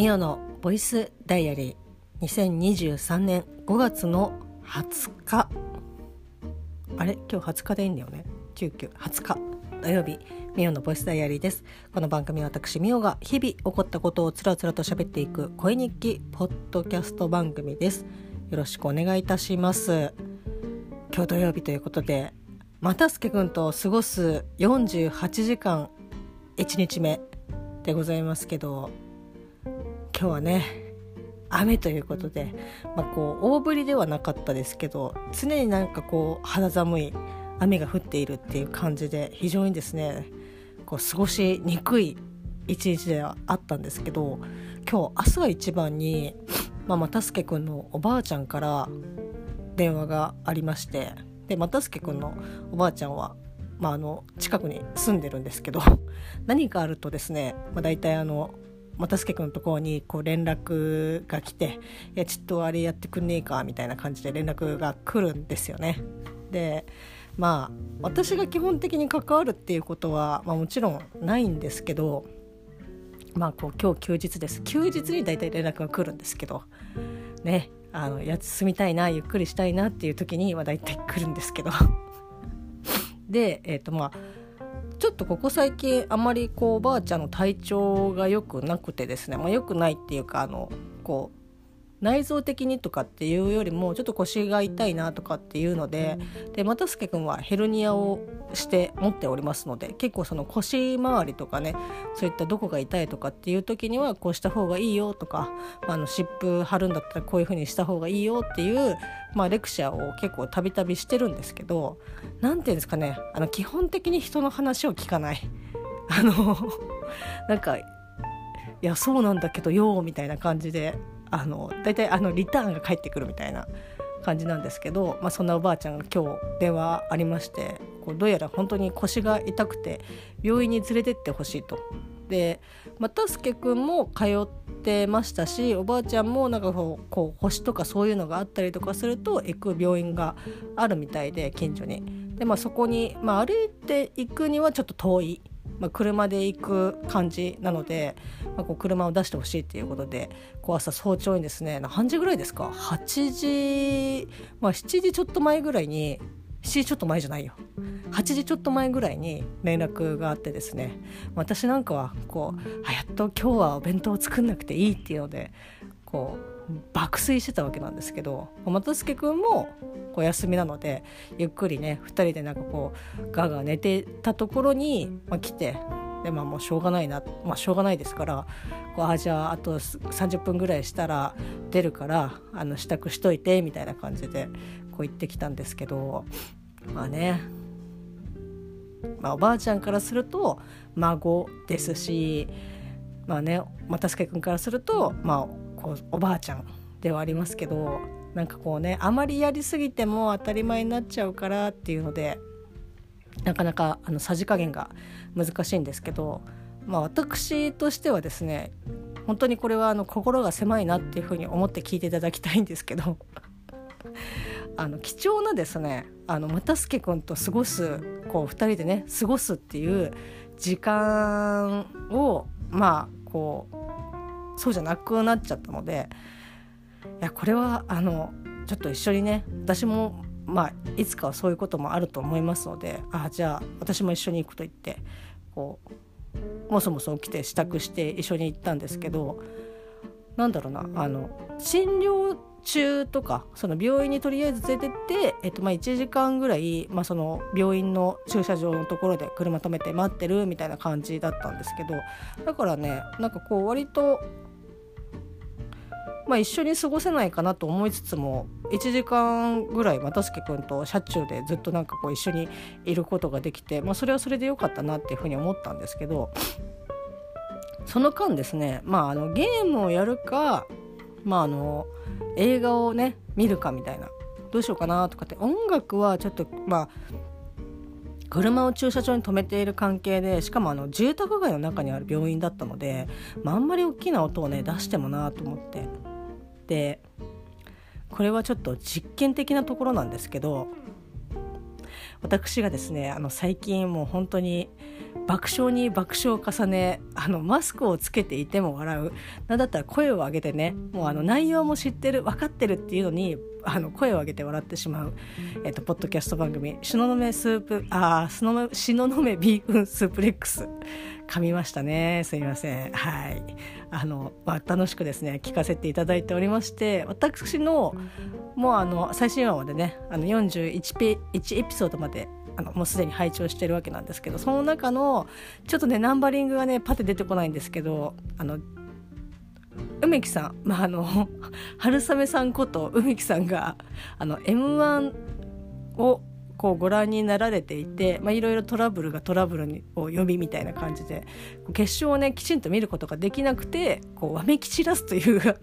ミオのボイスダイアリー2023年5月の20日今日20日でいいんだよね。20日土曜日、ミオのボイスダイアリーです。この番組は私ミオが日々起こったことをつらつらと喋っていく声日記ポッドキャスト番組です。よろしくお願いいたします。今日土曜日ということで、またすけくんと過ごす48時間1日目でございますけど、今日はね雨ということで、大降りではなかったですけど、常に肌寒い雨が降っているっていう感じで、非常にですね過ごしにくい一日ではあったんですけど、今日朝一番に、またすけくんのおばあちゃんから電話がありまして、でまたすけくんのおばあちゃんは、近くに住んでるんですけど、何かあるとですね、だいたいまたすけくんのところに連絡が来て、いやちょっとあれやってくんねえかみたいな感じで連絡が来るんですよね。で私が基本的に関わるっていうことは、もちろんないんですけど、今日休日です。休日にだいたい連絡が来るんですけどね、休みたいな、ゆっくりしたいなっていう時にだいたい来るんですけどでちょっとここ最近あまりおばあちゃんの体調が良くなくてですね、良くないっていうか内臓的にとかっていうよりもちょっと腰が痛いなとかっていうので、またすけくんはヘルニアをして持っておりますので、結構その腰周りとかね、そういったどこが痛いとかっていう時にはこうした方がいいよとか、湿布貼るんだったらこういう風にした方がいいよっていう、レクチャーを結構たびたびしてるんですけど、なんていうんですかね、基本的に人の話を聞かない、いやそうなんだけどよみたいな感じで、だいたいリターンが返ってくるみたいな感じなんですけど、そんなおばあちゃんが今日電話ありまして、どうやら本当に腰が痛くて病院に連れてってほしいと。でまたすけくんも通ってましたし、おばあちゃんも腰とかそういうのがあったりとかすると行く病院があるみたいで、近所に。でそこに、歩いて行くにはちょっと遠い、車で行く感じなので、車を出してほしいっていうことで、朝早朝にですね、何時ぐらいですか、8時、7時ちょっと前ぐらいに、7時ちょっと前じゃないよ、8時ちょっと前ぐらいに連絡があってですね、私なんかはやっと今日はお弁当を作んなくていいっていうので爆睡してたわけなんですけど、またすけくんも休みなので、ゆっくりね2人でガーガー寝てたところに、来て、でもうしょうがないな、しょうがないですから、じゃああと30分ぐらいしたら出るから支度しといてみたいな感じで言ってきたんですけど、おばあちゃんからすると孫ですし、またすけくんからするとおばあちゃんではありますけど、あまりやりすぎても当たり前になっちゃうからっていうので、なかなかさじ加減が難しいんですけど、私としてはですね、本当にこれは心が狭いなっていうふうに思って聞いていただきたいんですけど貴重なですね、またすけくんと過ごす2人でね過ごすっていう時間をそうじゃなくなっちゃったので、いやこれはちょっと一緒にね、私もいつかはそういうこともあると思いますので、じゃあ私も一緒に行くと言ってもそもそ起きて支度して一緒に行ったんですけど、診療中とかその病院にとりあえず連れてって、1時間ぐらい、その病院の駐車場のところで車止めて待ってるみたいな感じだったんですけど、だからね割と一緒に過ごせないかなと思いつつも、1時間ぐらいまたすけくんと車中でずっと一緒にいることができて、それはそれで良かったなっていうふうに思ったんですけど、その間ですね、ゲームをやるか、映画をね見るかみたいな、どうしようかなとかって、音楽はちょっと車を駐車場に止めている関係で、しかも住宅街の中にある病院だったので、あんまり大きな音をね出してもなと思って、でこれはちょっと実験的なところなんですけど、 私がですね最近もう本当に爆笑に爆笑を重ねマスクをつけていても笑う、なんだったら声を上げてね、もう内容も知ってる分かってるっていうのに声を上げて笑ってしまう、ポッドキャスト番組東雲ビーフンスープレックス噛みましたね、すいません。はい、楽しくですね聞かせていただいておりまして、私のもう最新話までね41エピソードまでもうすでに拝聴してるわけなんですけど、その中のちょっとねナンバリングがねパッて出てこないんですけど、梅木さん、春雨さんこと梅木さんがM1 をこうご覧になられていて、いろいろトラブルを呼びみたいな感じで決勝をねきちんと見ることができなくてこうわめき散らすという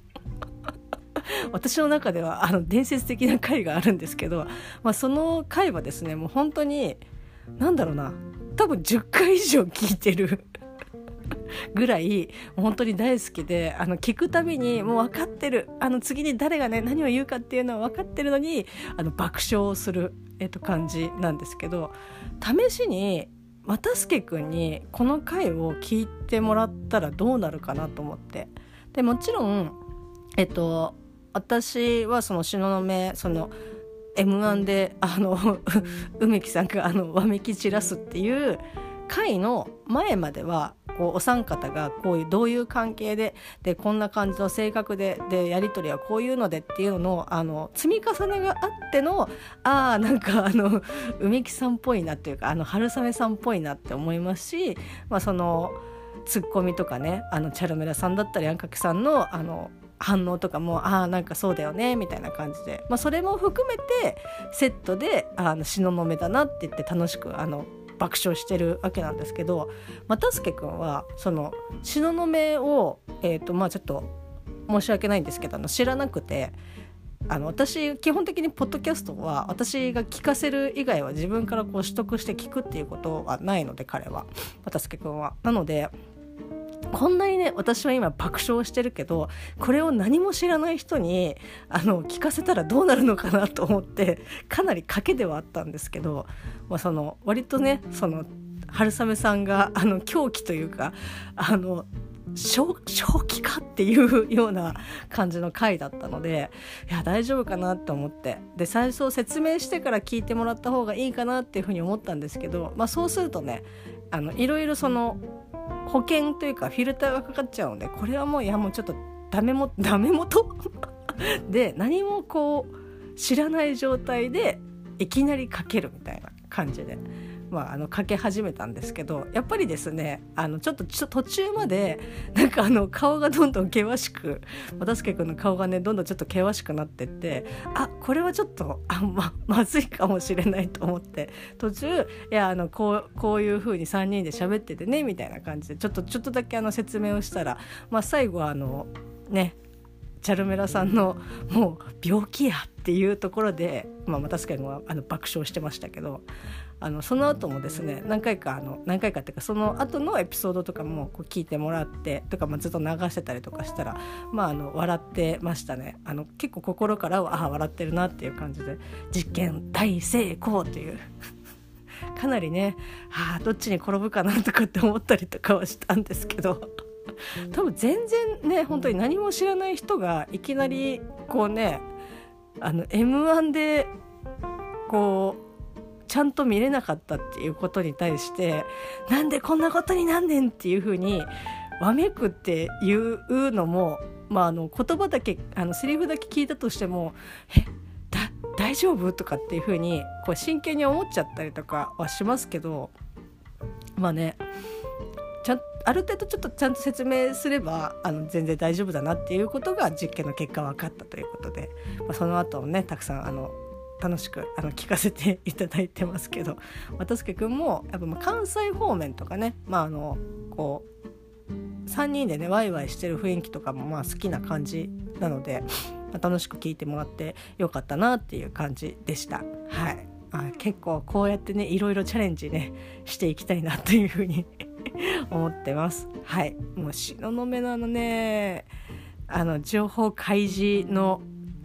私の中では伝説的な回があるんですけど、その回はですねもう本当に多分10回以上聞いてるぐらい本当に大好きで、聞くたびにもう分かってる、次に誰がね何を言うかっていうのは分かってるのに爆笑する、感じなんですけど、試しに又助くんにこの回を聞いてもらったらどうなるかなと思って、でもちろん私はその東雲M1 で梅木さんがわめき散らすっていう回の前まではこうお三方がどういう関係でこんな感じの性格でやり取りはこういうのでっていうのの積み重ねがあっての梅木さんっぽいなっていうか春雨さんっぽいなって思いますし、そのツッコミとかねチャルメラさんだったりあんかけさんの反応とかもそうだよねみたいな感じで、それも含めてセットで東雲だなって言って楽しく爆笑してるわけなんですけど、又助くんはその東雲をちょっと申し訳ないんですけど知らなくて、私基本的にポッドキャストは私が聞かせる以外は自分からこう取得して聞くっていうことはないので、又助くんはなのでこんなにね私は今爆笑してるけど、これを何も知らない人に聞かせたらどうなるのかなと思ってかなり賭けではあったんですけど、割とね春雨さんが狂気というか正気かっていうような感じの回だったので、いや大丈夫かなと思って、で最初説明してから聞いてもらった方がいいかなっていうふうに思ったんですけど、そうするとねいろいろ保険というかフィルターがかかっちゃうので、これはもうちょっとダメ元で何もこう知らない状態でいきなりかけるみたいな感じでかけ始めたんですけど、やっぱりですねちょっと途中まで顔がどんどん険しく、又助くんの顔がねどんどんちょっと険しくなってって、これはちょっとまずいかもしれないと思って、途中こういう風に3人で喋っててねみたいな感じでちょっとだけ説明をしたら、最後はチャルメラさんのもう病気やっていうところで、又助くんは爆笑してましたけど、その後もですね何回かっていうかその後のエピソードとかもこう聞いてもらってとか、ずっと流してたりとかしたら笑ってましたね。結構心からは笑ってるなっていう感じで、実験大成功というかなりねどっちに転ぶかなとかって思ったりとかはしたんですけど、多分全然ね本当に何も知らない人がいきなりこうねM1 でこうちゃんと見れなかったっていうことに対して、なんでこんなことになんねんっていう風にわめくっていうのも、言葉だけセリフだけ聞いたとしても大丈夫とかっていう風にこう真剣に思っちゃったりとかはしますけど、ある程度ちょっとちゃんと説明すれば全然大丈夫だなっていうことが実験の結果分かったということで、その後もねたくさん楽しく聞かせていただいてますけど、又助くんもやっぱ関西方面とかね、こう3人でねワイワイしてる雰囲気とかも好きな感じなので、楽しく聞いてもらってよかったなっていう感じでした。はい、結構こうやってねいろいろチャレンジねしていきたいなというふうに思ってます。はい、もう東雲のね情報開示の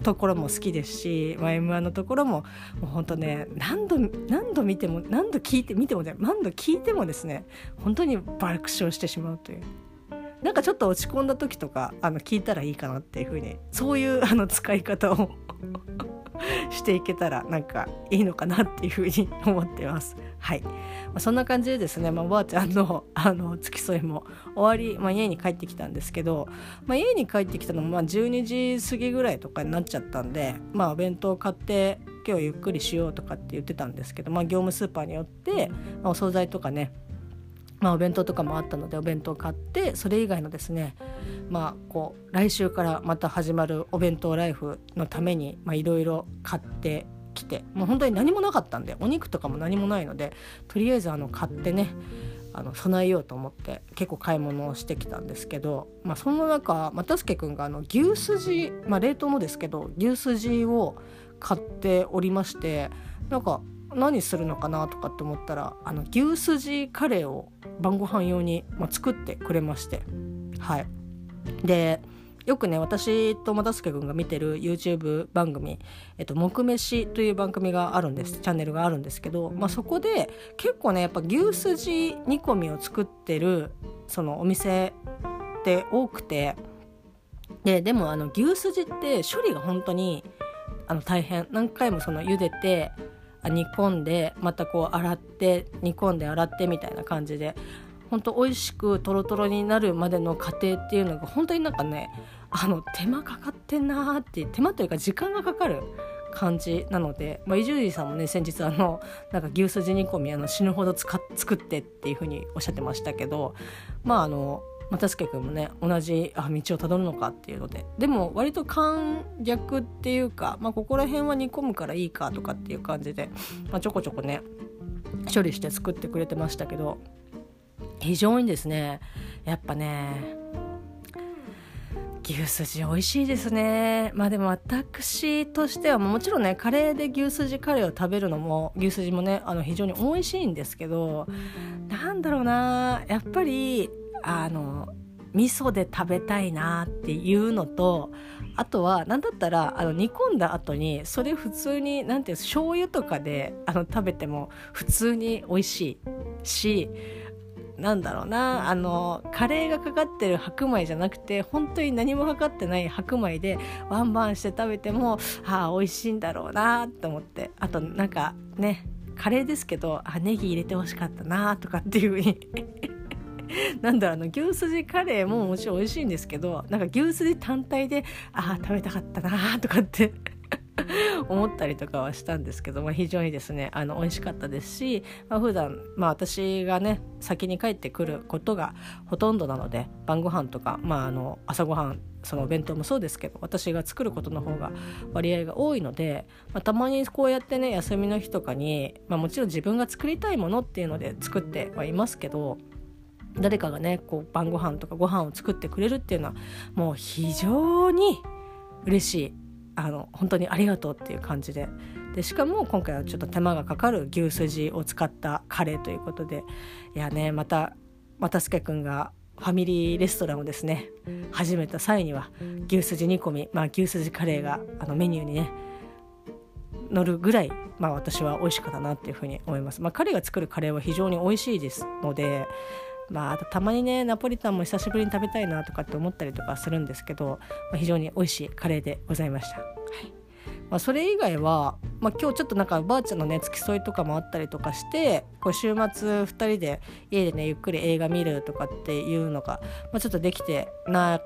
ところも好きですし、M1 のところももう本当ね、何度見ても何度聞いてもですね、本当に爆笑してしまうという、なんかちょっと落ち込んだ時とか聞いたらいいかなっていう風に、そういう使い方をしていけたらなんかいいのかなっていう風に思ってます。はい、そんな感じでですね、おばあちゃんの付き添いも終わり、家に帰ってきたんですけど、家に帰ってきたのも12時過ぎぐらいとかになっちゃったんで、お弁当買って今日ゆっくりしようとかって言ってたんですけど、業務スーパーによって、お惣菜とかね、お弁当とかもあったのでお弁当買って、それ以外のですね、来週からまた始まるお弁当ライフのためにいろいろ買ってきて、もう本当に何もなかったんで、お肉とかも何もないので、とりあえず買ってね、備えようと思って結構買い物をしてきたんですけど、その中又助くんが牛すじ、冷凍のですけど牛すじを買っておりまして、なんか何するのかなとかって思ったら、牛すじカレーを晩ご飯用に、作ってくれまして、はい。でよくね、私と又助くんが見てる YouTube 番組、木飯という番組があるんです、チャンネルがあるんですけど、そこで結構ね、やっぱ牛すじ煮込みを作ってるそのお店って多くて、でも牛すじって処理が本当に大変、何回も茹でて煮込んで、また洗って煮込んで洗ってみたいな感じで、本当美味しくトロトロになるまでの過程っていうのが本当になんかね、手間かかってんなーって、手間というか時間がかかる感じなので、伊集院さんもね、先日なんか牛すじ煮込み死ぬほど作ってっていう風におっしゃってましたけど、又助くんもね、同じ道をたどるのかっていうので、でも割と簡略っていうか、ここら辺は煮込むからいいかとかっていう感じで、ちょこちょこね処理して作ってくれてましたけど、非常にですね、やっぱね牛すじ美味しいですね。でも私としてはもちろんね、カレーで牛すじカレーを食べるのも、牛すじもね非常に美味しいんですけど、なんだろうな、やっぱり味噌で食べたいなっていうのと、あとはなんだったら煮込んだ後にそれ普通になんていう醤油とかで食べても普通に美味しいし、なんだろうな、カレーがかかってる白米じゃなくて、本当に何もかかってない白米でワンバンして食べても美味しいんだろうなと思って、あとなんかね、カレーですけどネギ入れてほしかったなとかっていう風になんだろう、牛すじカレーももちろん美味しいんですけど、なんか牛すじ単体で食べたかったなとかって思ったりとかはしたんですけど、非常にですね美味しかったですし、普段私がね先に帰ってくることがほとんどなので、晩ご飯とか、朝ご飯、そのお弁当もそうですけど、私が作ることの方が割合が多いので、たまにこうやってね、休みの日とかに、もちろん自分が作りたいものっていうので作ってはいますけど、誰かがね晩ご飯とかご飯を作ってくれるっていうのはもう非常に嬉しい、本当にありがとうっていう感じで、しかも今回はちょっと手間がかかる牛すじを使ったカレーということで、いやね、又助くんがファミリーレストランをですね始めた際には牛すじ煮込み、牛すじカレーがメニューにね乗るぐらい、私は美味しかったなっていうふうに思います。彼が作るカレーは非常に美味しいですので、あとたまにねナポリタンも久しぶりに食べたいなとかって思ったりとかするんですけど、非常に美味しいカレーでございました。はい。それ以外は、今日ちょっとなんかばあちゃんのね付き添いとかもあったりとかして、週末2人で家でねゆっくり映画見るとかっていうのが、ちょっとできてない、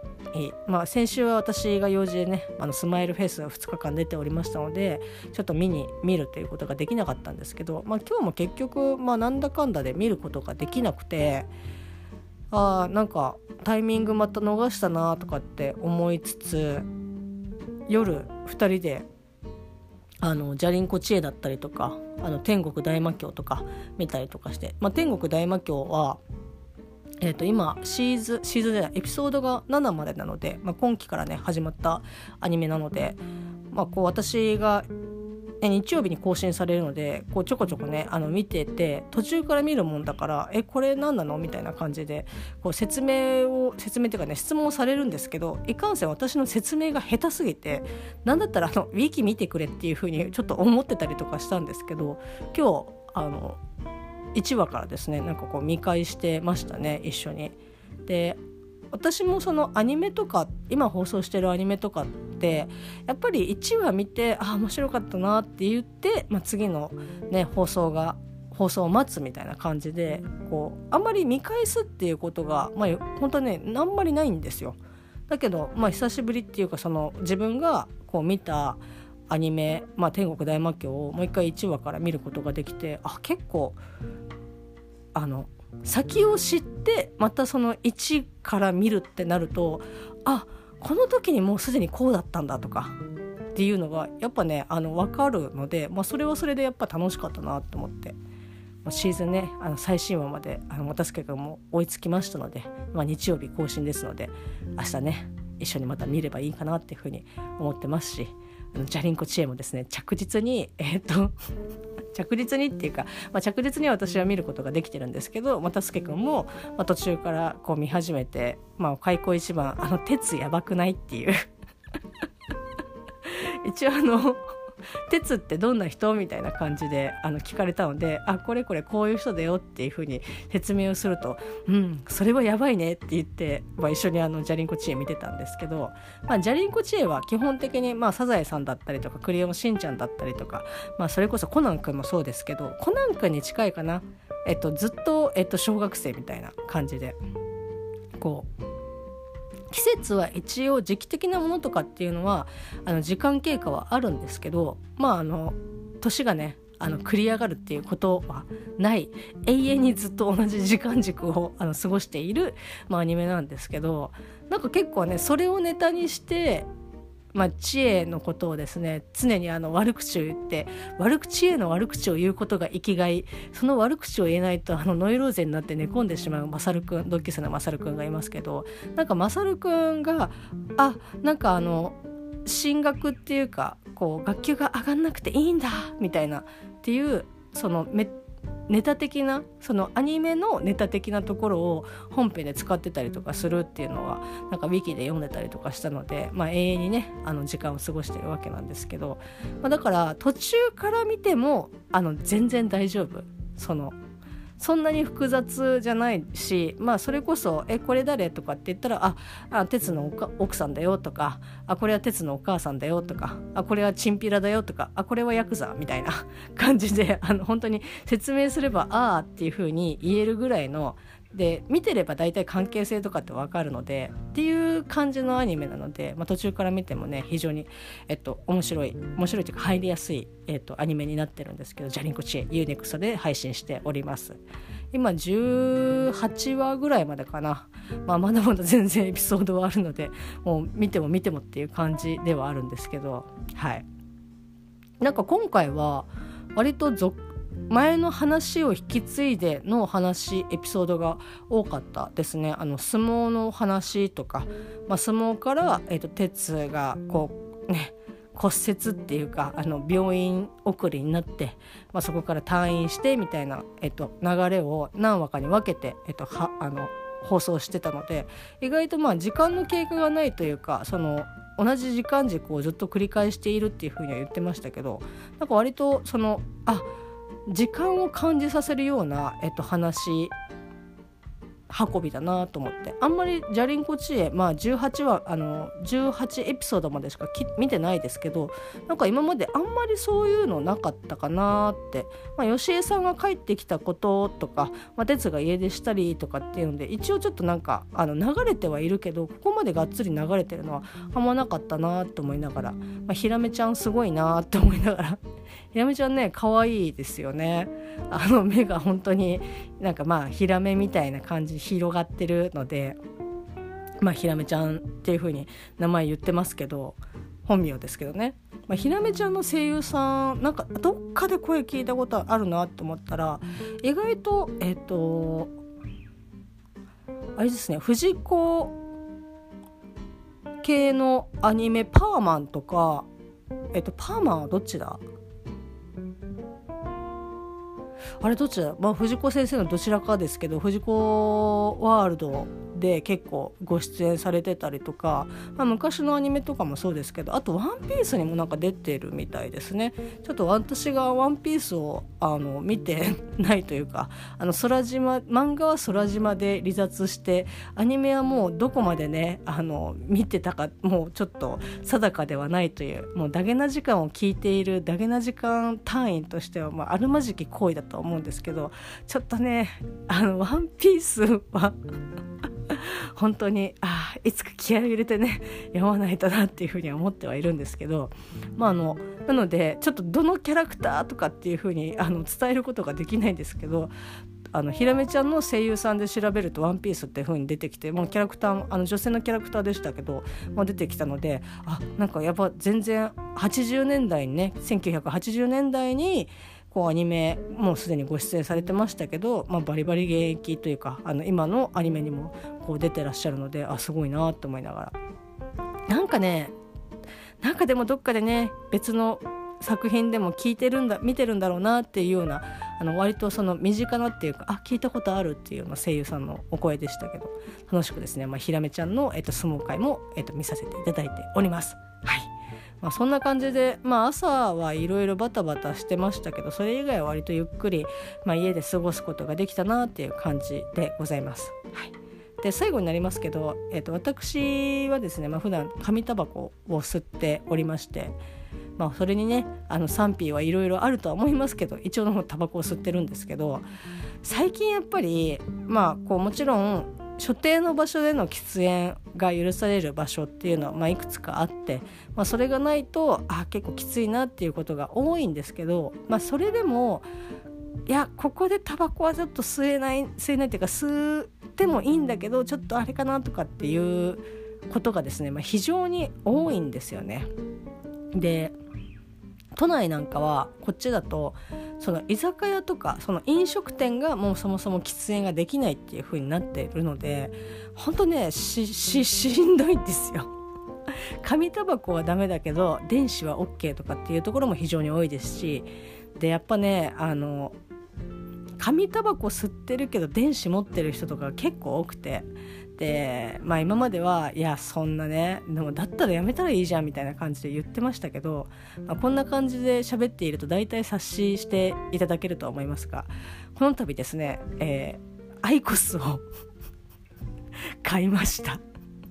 先週は私が用事でねスマイルフェス2日間出ておりましたので、ちょっと見るということができなかったんですけど、今日も結局なんだかんだで見ることができなくて、なんかタイミングまた逃したなとかって思いつつ、夜2人でじゃりんこ知恵だったりとか天国大魔教とか見たりとかして、天国大魔教は今シーズンでエピソードが7までなので、今期からね始まったアニメなので、私が日曜日に更新されるのでこうちょこちょこね見てて、途中から見るもんだからこれ何なのみたいな感じでこう説明っていうかね質問されるんですけど、いかんせん私の説明が下手すぎて、なんだったらウィキ見てくれっていう風にちょっと思ってたりとかしたんですけど、今日1話からですねなんかこう見返してましたね一緒に。で私もそのアニメとか今放送してるアニメとかってやっぱり1話見て面白かったなって言って、次の、ね、放送を待つみたいな感じでこうあんまり見返すっていうことが、本当はねあんまりないんですよ。だけど、久しぶりっていうかその自分がこう見たアニメ、天国大魔教をもう一回1話から見ることができて、結構先を知ってまたその1から見るってなると、この時にもうすでにこうだったんだとかっていうのがやっぱね分かるので、それはそれでやっぱ楽しかったなと思って、シーズンね最新話まで又助君も追いつきましたので、日曜日更新ですので明日ね一緒にまた見ればいいかなっていうふうに思ってますし、じゃりんこ知恵もですね着実に着実にっていうか、着実に私は見ることができてるんですけど、又助君も、途中からこう見始めて、開口一番鉄やばくないっていう一応鉄ってどんな人みたいな感じで聞かれたので、これこういう人だよっていう風に説明をすると、それはやばいねって言って、一緒にじゃりんこ知恵見てたんですけど、じゃりんこ知恵は基本的にサザエさんだったりとかクレヨンしんちゃんだったりとか、それこそコナン君もそうですけど、コナン君に近いかな、ずっと、小学生みたいな感じでこう季節は一応時期的なものとかっていうのは時間経過はあるんですけど、年がね繰り上がるっていうことはない、永遠にずっと同じ時間軸を過ごしている、アニメなんですけど、なんか結構ねそれをネタにして知恵のことをですね常に悪口を言って知恵の悪口を言うことが生きがい、その悪口を言えないとノイローゼになって寝込んでしまうマサルくん、同級生のマサルくんがいますけど、なんかマサルくんがなんか進学っていうかこう学級が上がんなくていいんだみたいなっていうそのネタ的なそのアニメのネタ的なところを本編で使ってたりとかするっていうのはなんかウィキで読んでたりとかしたので、永遠にね時間を過ごしてるわけなんですけど、だから途中から見ても全然大丈夫、そんなに複雑じゃないし、それこそこれ誰とかって言ったら鉄の奥さんだよとか、これは鉄のお母さんだよとか、これはチンピラだよとか、これはヤクザみたいな感じで本当に説明すればっていう風に言えるぐらいので、見てれば大体関係性とかって分かるのでっていう感じのアニメなので、途中から見てもね非常に、面白いというか入りやすい、アニメになってるんですけど、じゃりんこ知恵 UNEXT で配信しております。今18話ぐらいまでかな、まだまだ全然エピソードはあるのでもう見てもっていう感じではあるんですけど、なんか今回は割と前の話を引き継いでのエピソードが多かったですね。相撲の話とか、相撲から、鉄がこうね骨折っていうか病院送りになって、そこから退院してみたいな、流れを何話かに分けて、放送してたので、意外と時間の経過がないというか同じ時間軸をずっと繰り返しているっていうふうには言ってましたけど、なんか割と時間を感じさせるような、話運びだなと思って、あんまりじゃりんこ知恵、18エピソードまでしか見てないですけど、なんか今まであんまりそういうのなかったかなって、吉江さんが帰ってきたこととか、哲が家出したりとかっていうので一応ちょっとなんか流れてはいるけど、ここまでがっつり流れてるのはあんまなかったなと思いながら、ひらめちゃんすごいなって思いながらひらめちゃんね可愛いですよね。目が本当になんかヒラメみたいな感じ広がってるので、ひらめちゃんっていう風に名前言ってますけど本名ですけどね、ひらめちゃんの声優さんなんかどっかで声聞いたことあるなと思ったら、意外とあれですね、藤子系のアニメパーマンとか、パーマンはどっちだ、 あれどっちだ、藤子先生のどちらかですけど、藤子ワールドで結構ご出演されてたりとか、昔のアニメとかもそうですけど、あとワンピースにもなんか出てるみたいですね。ちょっと私がワンピースを見てないというか、漫画は空島で離脱して、アニメはもうどこまでね見てたかもうちょっと定かではないという、もうダゲな時間を聞いているダゲな時間単位としては、あるまじき行為だと思うんですけど、ちょっとねワンピースは本当にいつか気合を入れてね読まないとなっていうふうには思ってはいるんですけど、なのでちょっとどのキャラクターとかっていうふうに伝えることができないんですけど、ひらめちゃんの声優さんで調べるとワンピースっていう風に出てきて、もうキャラクター女性のキャラクターでしたけど、出てきたので、なんかやっぱ全然80年代にね1980年代にこうアニメもうすでにご出演されてましたけど、バリバリ現役というか今のアニメにもこう出てらっしゃるので、すごいなと思いながら、なんかでもどっかでね別の作品でも見てるんだろうなっていうような割とその身近なっていうか聞いたことあるっていうような声優さんのお声でしたけど、楽しくですね、ひらめちゃんの、相撲会も、見させていただいております。はい、そんな感じで、朝はいろいろバタバタしてましたけど、それ以外は割とゆっくり、家で過ごすことができたなっていう感じでございます。はい、で最後になりますけど、私はですね、普段紙タバコを吸っておりまして、それにね賛否はいろいろあるとは思いますけど、一応の方タバコを吸ってるんですけど、最近やっぱりもちろん所定の場所での喫煙が許される場所っていうのは、いくつかあって、それがないと結構きついなっていうことが多いんですけど、それでもここでタバコはちょっと吸えないっていうか、吸ってもいいんだけどちょっとあれかなとかっていうことがですね、非常に多いんですよね。で都内なんかはこっちだとその居酒屋とかその飲食店がもうそもそも喫煙ができないっていう風になっているので、本当ねしんどいんですよ。紙タバコはダメだけど電子は OK とかっていうところも非常に多いですし、でやっぱね紙タバコ吸ってるけど電子持ってる人とか結構多くて、で今までそんなねでもだったらやめたらいいじゃんみたいな感じで言ってましたけど、こんな感じで喋っていると大体察ししていただけるとは思いますが、この度ですね、アイコスを買いました。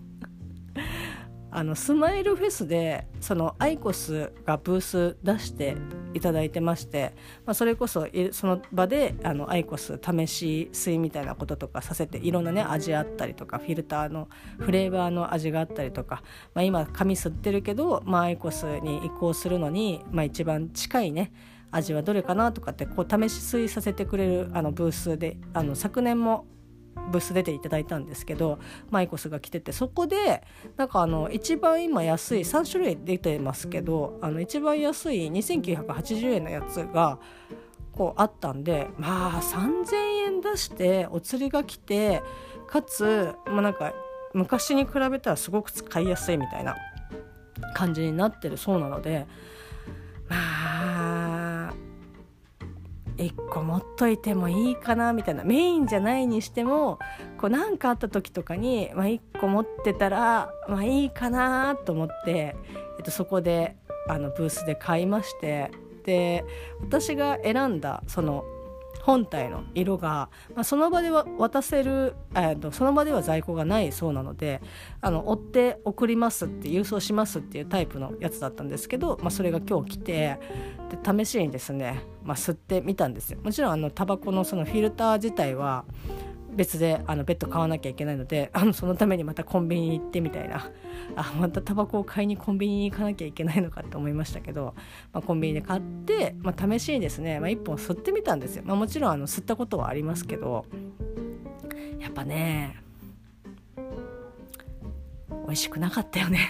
スマイルフェスでそのアイコスがブース出していただいてまして、それこそその場でアイコス試し吸いみたいなこととかさせて、いろんなね味あったりとかフィルターのフレーバーの味があったりとか、今紙吸ってるけど、アイコスに移行するのに、一番近いね味はどれかなとかってこう試し吸いさせてくれるブースで昨年もブース出ていただいたんですけど、アイコスが来てて、そこでなんか一番今安い3種類出てますけど、一番安い2980円のやつがこうあったんで、3000円出してお釣りが来て、かつなんか昔に比べたらすごく使いやすいみたいな感じになってるそうなので、1個持っといてもいいかなみたいな、メインじゃないにしてもこう何かあった時とかに、1個持ってたらいいかなと思って、そこでブースで買いまして、で私が選んだその本体の色が、その場では渡せる、その場では在庫がないそうなので、追って送りますって郵送しますっていうタイプのやつだったんですけど、それが今日来て、で試しにですね、吸ってみたんですよ。もちろんタバコのそのフィルター自体は別で別途買わなきゃいけないので、そのためにまたコンビニに行ってみたいな、またタバコを買いにコンビニに行かなきゃいけないのかと思いましたけど、コンビニで買って、試しにですね、1本吸ってみたんですよ。もちろん吸ったことはありますけど、やっぱね美味しくなかったよね。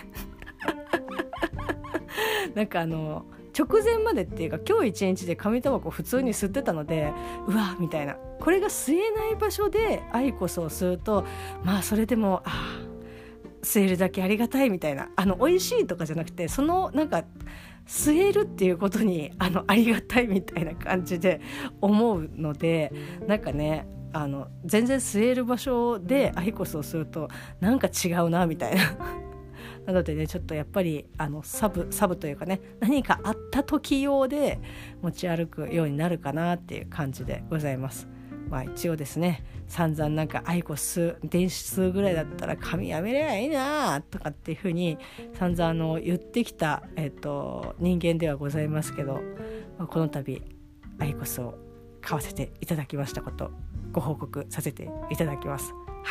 なんか直前までっていうか今日一日で紙タバコ普通に吸ってたので、うわみたいな、これが吸えない場所でアイコスを吸うとそれでも吸えるだけありがたいみたいな、美味しいとかじゃなくて、そのなんか吸えるっていうことにありがたいみたいな感じで思うので、なんかね全然吸える場所でアイコスをするとなんか違うなみたいななのでね、ちょっとやっぱりサブというかね、何かあった時用で持ち歩くようになるかなっていう感じでございます。一応ですね、散々なんかアイコス電子数ぐらいだったら髪やめればいいなとかっていう風に散々言ってきた、人間ではございますけど、この度アイコスを買わせていただきましたことご報告させていただきます。はい。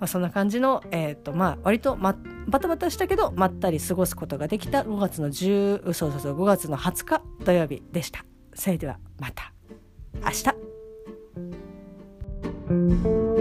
そんな感じの、割と、バタバタしたけどまったり過ごすことができた5月の20日土曜日でした。それではまた明日。